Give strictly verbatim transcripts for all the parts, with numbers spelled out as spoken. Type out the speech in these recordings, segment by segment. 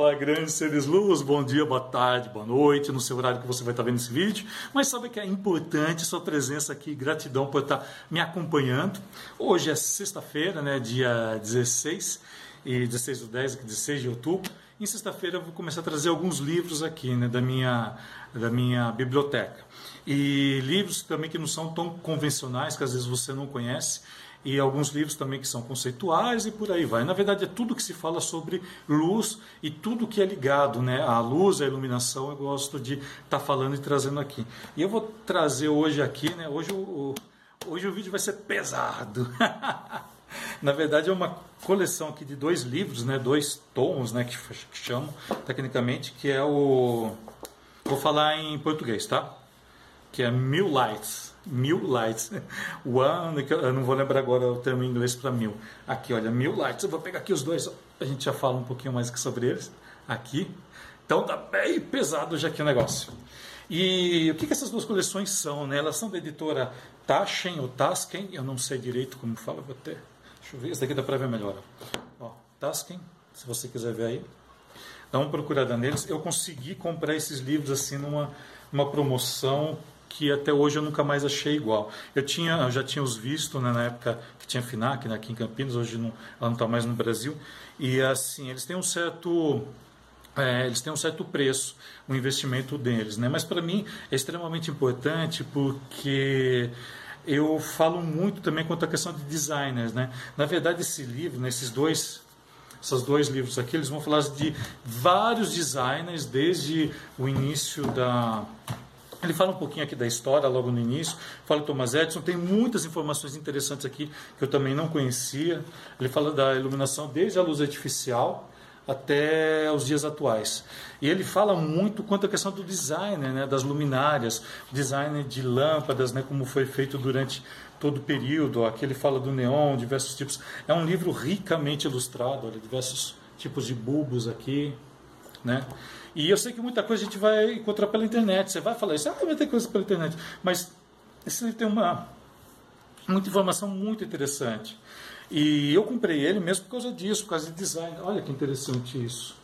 Fala, grandes seres luz, bom dia, boa tarde, boa noite, no seu horário que você vai estar vendo esse vídeo, mas sabe que é importante sua presença aqui, gratidão por estar me acompanhando. Hoje é sexta-feira, né, dia dezesseis, e dezesseis do dez, dezesseis de outubro. Em sexta-feira eu vou começar a trazer alguns livros aqui, né, da minha, da minha biblioteca. E livros também que não são tão convencionais, que às vezes você não conhece, e alguns livros também que são conceituais e por aí vai. Na verdade é tudo que se fala sobre luz e tudo que é ligado, né, à luz, à iluminação, eu gosto de estar falando e trazendo aqui. E eu vou trazer hoje aqui, né, hoje o, hoje o vídeo vai ser pesado. Na verdade é uma coleção aqui de dois livros, né, dois tomos, né, que, que chamam tecnicamente, que é o... Vou falar em português, tá? Que é Mil Lights. Mil Lights. One, eu não vou lembrar agora o termo em inglês para mil. Aqui, olha, Mil Lights. Eu vou pegar aqui os dois, a gente já fala um pouquinho mais sobre eles. Aqui. Então tá bem pesado já aqui o negócio. E o que, que essas duas coleções são, né? Elas são da editora Taschen ou Tasken, eu não sei direito como fala, vou ter. Deixa eu ver, esse daqui dá para ver melhor. Ó, Tasken, se você quiser ver aí. Dá uma procurada neles. Eu consegui comprar esses livros assim numa, numa promoção que até hoje eu nunca mais achei igual. Eu, tinha, eu já tinha os visto, né, na época que tinha FINAC, né, aqui em Campinas, hoje não, ela não está mais no Brasil, e assim, eles têm um certo... É, eles têm um certo preço, o investimento deles, né? Mas para mim é extremamente importante porque eu falo muito também quanto à questão de designers, né? Na verdade esse livro, né, esses dois... Esses dois livros aqui, eles vão falar de vários designers desde o início da... Ele fala um pouquinho aqui da história, logo no início, fala do Thomas Edison, tem muitas informações interessantes aqui que eu também não conhecia. Ele fala da iluminação desde a luz artificial até os dias atuais. E ele fala muito quanto à questão do design, né, das luminárias, design de lâmpadas, né, como foi feito durante todo o período. Aqui ele fala do neon, diversos tipos. É um livro ricamente ilustrado, olha, diversos tipos de bulbos aqui, né? E eu sei que muita coisa a gente vai encontrar pela internet. Você vai falar isso, ah, vai ter coisa pela internet. Mas esse livro tem uma, muita informação muito interessante. E eu comprei ele mesmo por causa disso, por causa de design. Olha que interessante isso,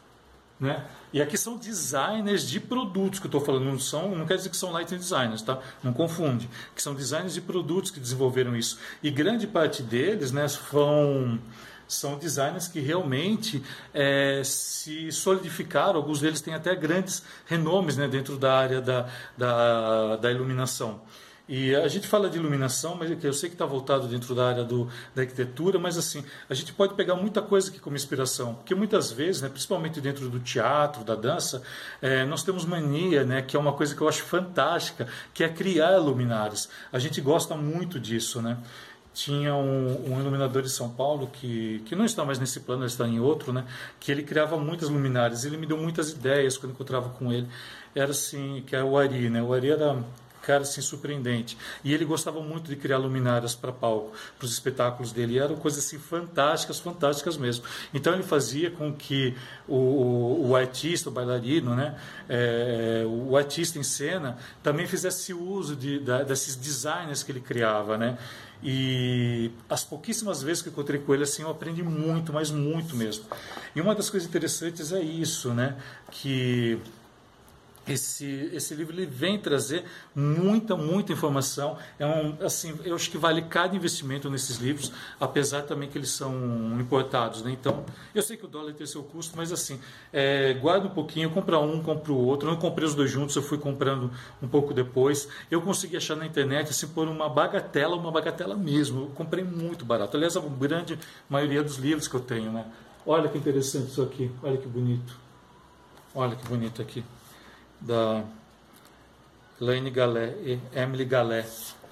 né? E aqui são designers de produtos que eu estou falando, não, são, não quer dizer que são lighting designers, tá? Não confunde. Que são designers de produtos que desenvolveram isso. E grande parte deles, né, são... São designers que realmente é, se solidificaram, alguns deles têm até grandes renomes, né, dentro da área da, da, da iluminação. E a gente fala de iluminação, mas eu sei que está voltado dentro da área do, da arquitetura, mas assim, a gente pode pegar muita coisa aqui como inspiração, porque muitas vezes, né, principalmente dentro do teatro, da dança, é, nós temos mania, né, que é uma coisa que eu acho fantástica, que é criar luminárias. A gente gosta muito disso, né? Tinha um, um iluminador de São Paulo que, que não está mais nesse plano, ele está em outro, né? Que ele criava muitas luminárias. Ele me deu muitas ideias quando eu encontrava com ele. Era assim, que é o Ari, né? O Ari era um cara assim surpreendente. E ele gostava muito de criar luminárias para palco, para os espetáculos dele. E eram coisas assim fantásticas, fantásticas mesmo. Então ele fazia com que o, o, o artista, o bailarino, né? É, o artista em cena também fizesse uso de, da, desses designers que ele criava, né? E as pouquíssimas vezes que eu encontrei com ele, assim, eu aprendi muito, mas muito mesmo. E uma das coisas interessantes é isso, né? Que esse, esse livro ele vem trazer muita, muita informação. É um, assim, eu acho que vale cada investimento nesses livros, apesar também que eles são importados, né? Então, eu sei que o dólar tem seu custo, mas assim, é, guarda um pouquinho, compra um, compra o outro. Eu não comprei os dois juntos, eu fui comprando um pouco depois. Eu consegui achar na internet, assim, por uma bagatela, uma bagatela mesmo. Eu comprei muito barato. Aliás, a grande maioria dos livros que eu tenho, né? Olha que interessante isso aqui, olha que bonito. Olha que bonito aqui. Da Elaine Galé e Emily Galé,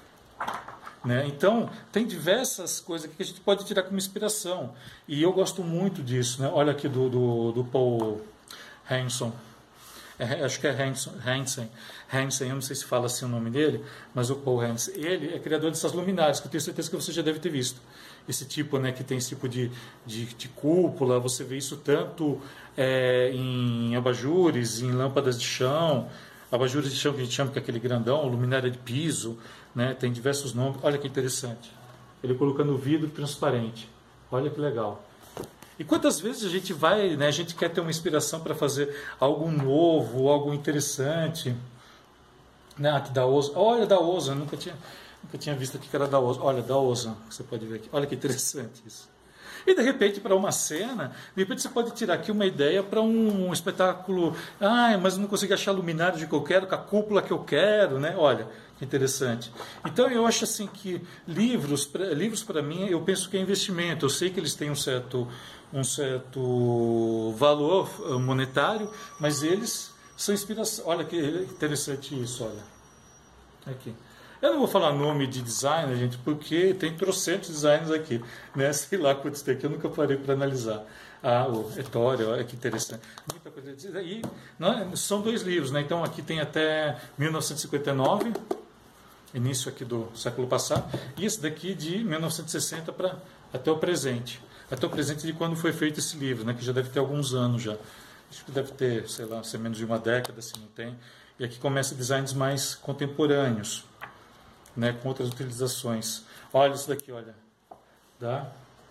né? Então tem diversas coisas aqui que a gente pode tirar como inspiração e eu gosto muito disso, né? Olha aqui do, do, do Paul Hanson, é, acho que é Hanson, Hansen, Hansen, eu não sei se fala assim o nome dele, mas o Paul Hansen, ele é criador dessas luminárias que eu tenho certeza que você já deve ter visto. Esse tipo, né, que tem esse tipo de, de, de cúpula, você vê isso tanto é, em abajures, em lâmpadas de chão, abajures de chão que a gente chama que é aquele grandão, luminária de piso, né, tem diversos nomes. Olha que interessante, ele colocando vidro transparente, olha que legal. E quantas vezes a gente vai, né, a gente quer ter uma inspiração para fazer algo novo, algo interessante, né, aqui da Osa, olha da Osa, eu nunca tinha, nunca tinha visto aqui que era da Osa, olha da Osa, você pode ver aqui, olha que interessante isso. E de repente para uma cena, de repente você pode tirar aqui uma ideia para um, um espetáculo, ah, mas eu não consigo achar luminário de que eu quero, com a cúpula que eu quero, né, olha, que interessante. Então eu acho assim que livros, livros para mim, eu penso que é investimento, eu sei que eles têm um certo, um certo valor monetário, mas eles são inspiração. Olha que interessante isso, olha. Aqui. Eu não vou falar nome de designer, gente, porque tem trocentos designers aqui, né? Sei lá quantos tem aqui, eu nunca parei para analisar. Ah, o Ettore, olha que interessante. Muita coisa. E não, são dois livros, né? Então aqui tem até mil novecentos e cinquenta e nove, início aqui do século passado, e esse daqui de mil novecentos e sessenta para até o presente. Até o presente de quando foi feito esse livro, né? Que já deve ter alguns anos já. Acho que deve ter, sei lá, ser menos de uma década, se não tem. E aqui começa designs mais contemporâneos, né, com outras utilizações. Olha isso daqui, olha. Da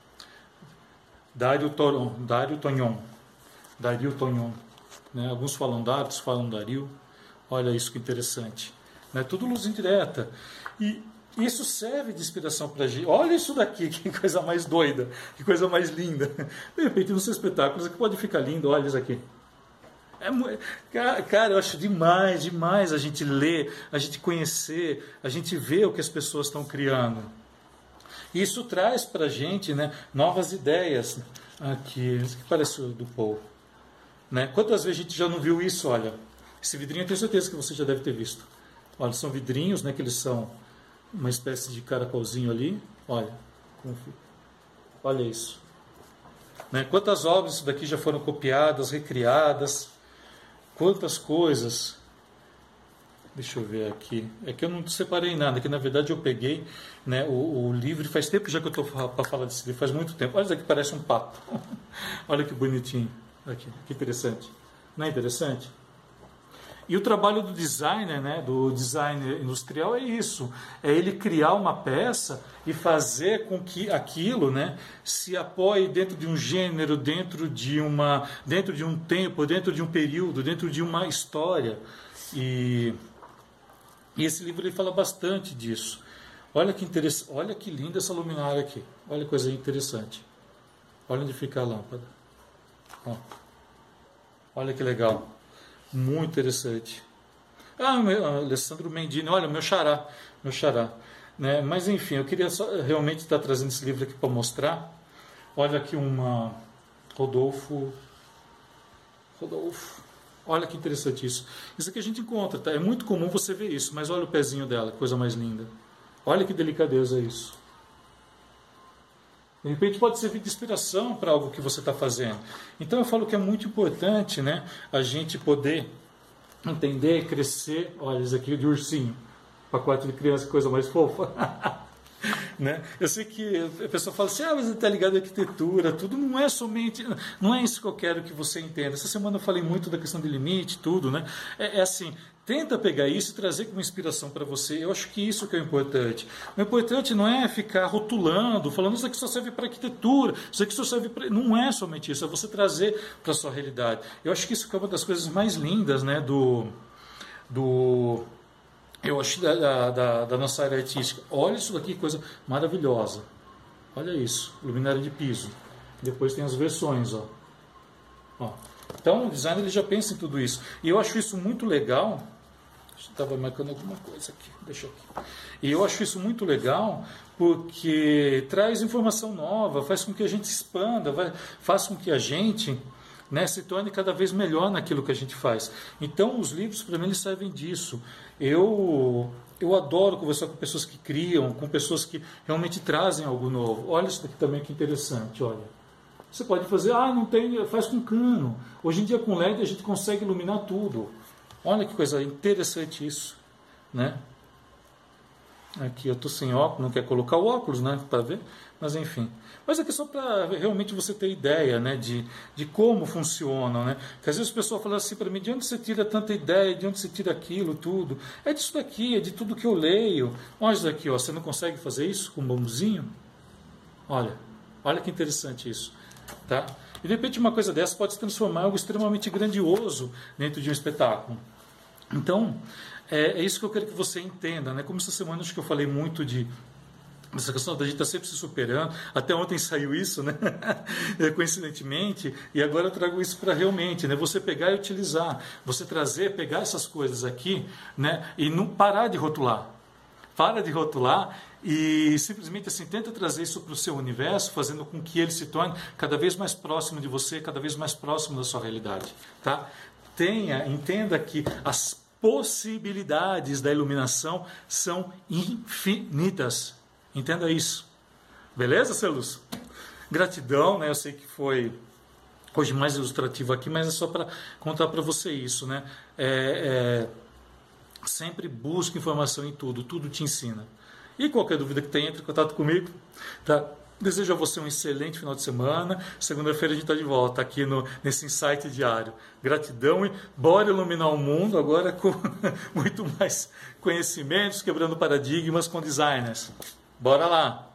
Dario Toron, Dario Tognon. Dario Tognon. Né? Alguns falam Dario, outros falam Dario. Olha isso que interessante. Né? Tudo luz indireta. E isso serve de inspiração para a gente. Olha isso daqui, que coisa mais doida, que coisa mais linda. De repente, nos seus espetáculos, aqui pode ficar lindo, olha isso aqui. É, cara, eu acho demais, demais a gente ler, a gente conhecer, a gente ver o que as pessoas estão criando. E isso traz para a gente, né, novas ideias. Aqui, isso aqui parece o do Paul. Né? Quantas vezes a gente já não viu isso? Olha, esse vidrinho eu tenho certeza que você já deve ter visto. Olha, são vidrinhos, né, que eles são uma espécie de caracolzinho ali. Olha, como fica. Olha isso. Né? Quantas obras isso daqui já foram copiadas, recriadas. Quantas coisas. Deixa eu ver aqui. É que eu não separei nada, que na verdade eu peguei, né, o, o livro, faz tempo já que eu estou para falar desse livro, faz muito tempo. Olha isso aqui, parece um pato. Olha que bonitinho. Aqui, que interessante. Não é interessante? E o trabalho do designer, né, do designer industrial é isso, é ele criar uma peça e fazer com que aquilo, né, se apoie dentro de um gênero, dentro de uma, dentro de um tempo, dentro de um período, dentro de uma história. E, e esse livro ele fala bastante disso. Olha que interessante, olha que linda essa luminária aqui. Olha que coisa interessante. Olha onde fica a lâmpada. Ó. Olha que legal. Muito interessante. Ah, meu, Alessandro Mendini, olha, meu xará, meu xará. Né? Mas enfim, eu queria só, realmente estar trazendo esse livro aqui para mostrar. Olha aqui uma Rodolfo. Rodolfo. Olha que interessante isso. Isso aqui a gente encontra, tá? É muito comum você ver isso, mas olha o pezinho dela, coisa mais linda. Olha que delicadeza isso. De repente pode servir de inspiração para algo que você está fazendo. Então eu falo que é muito importante, né, a gente poder entender, crescer. Olha, isso aqui de ursinho. Pacote de criança, coisa mais fofa. Né? Eu sei que a pessoa fala assim, ah, mas você está ligado à arquitetura, tudo não é somente, não é isso que eu quero que você entenda. Essa semana eu falei muito da questão de limite, tudo, né? É, é assim, tenta pegar isso e trazer como inspiração para você. Eu acho que isso que é o importante. O importante não é ficar rotulando, falando isso aqui só serve para arquitetura, isso aqui só serve para... Não é somente isso, é você trazer para a sua realidade. Eu acho que isso que é uma das coisas mais lindas, né, do... do eu acho da, da, da nossa área artística. Olha isso daqui, coisa maravilhosa. Olha isso, luminária de piso. Depois tem as versões, ó. Ó. Então o designer ele já pensa em tudo isso. E eu acho isso muito legal. Estava marcando alguma coisa aqui, deixa aqui. E eu acho isso muito legal porque traz informação nova, faz com que a gente expanda, vai, faz com que a gente, né, se torne cada vez melhor naquilo que a gente faz. Então os livros para mim eles servem disso. Eu, eu adoro conversar com pessoas que criam, com pessoas que realmente trazem algo novo. Olha isso daqui também que interessante, olha. Você pode fazer, ah, não tem, faz com cano. Hoje em dia com L E D a gente consegue iluminar tudo. Olha que coisa interessante isso, né? Aqui eu estou sem óculos, não quer colocar o óculos, né, para ver, mas enfim. Mas aqui só para realmente você ter ideia, né, de, de como funciona, né? Porque às vezes o pessoal fala assim para mim, de onde você tira tanta ideia, de onde você tira aquilo, tudo? É disso daqui, é de tudo que eu leio. Olha isso daqui, ó, você não consegue fazer isso com um bambuzinho? Olha, olha que interessante isso. Tá? E de repente uma coisa dessa pode se transformar em algo extremamente grandioso dentro de um espetáculo. Então, é, é isso que eu quero que você entenda, né? Como essa semana acho que eu falei muito de essa questão da gente estar sempre se superando. Até ontem saiu isso, né? Coincidentemente, e agora eu trago isso para realmente, né? Você pegar e utilizar, você trazer, pegar essas coisas aqui, né? E não parar de rotular. Para de rotular e simplesmente assim, tenta trazer isso para o seu universo, fazendo com que ele se torne cada vez mais próximo de você, cada vez mais próximo da sua realidade, tá? Tenha, entenda que as possibilidades da iluminação são infinitas. Entenda isso. Beleza, Celus? Gratidão, né? Eu sei que foi hoje mais ilustrativo aqui, mas é só para contar para você isso, né? É, é, sempre busque informação em tudo, tudo te ensina. E qualquer dúvida que tenha, entre em contato comigo, tá? Desejo a você um excelente final de semana. Segunda-feira a gente está de volta aqui no, nesse Insight Diário. Gratidão e bora iluminar o mundo agora com muito mais conhecimentos, quebrando paradigmas com designers. Bora lá!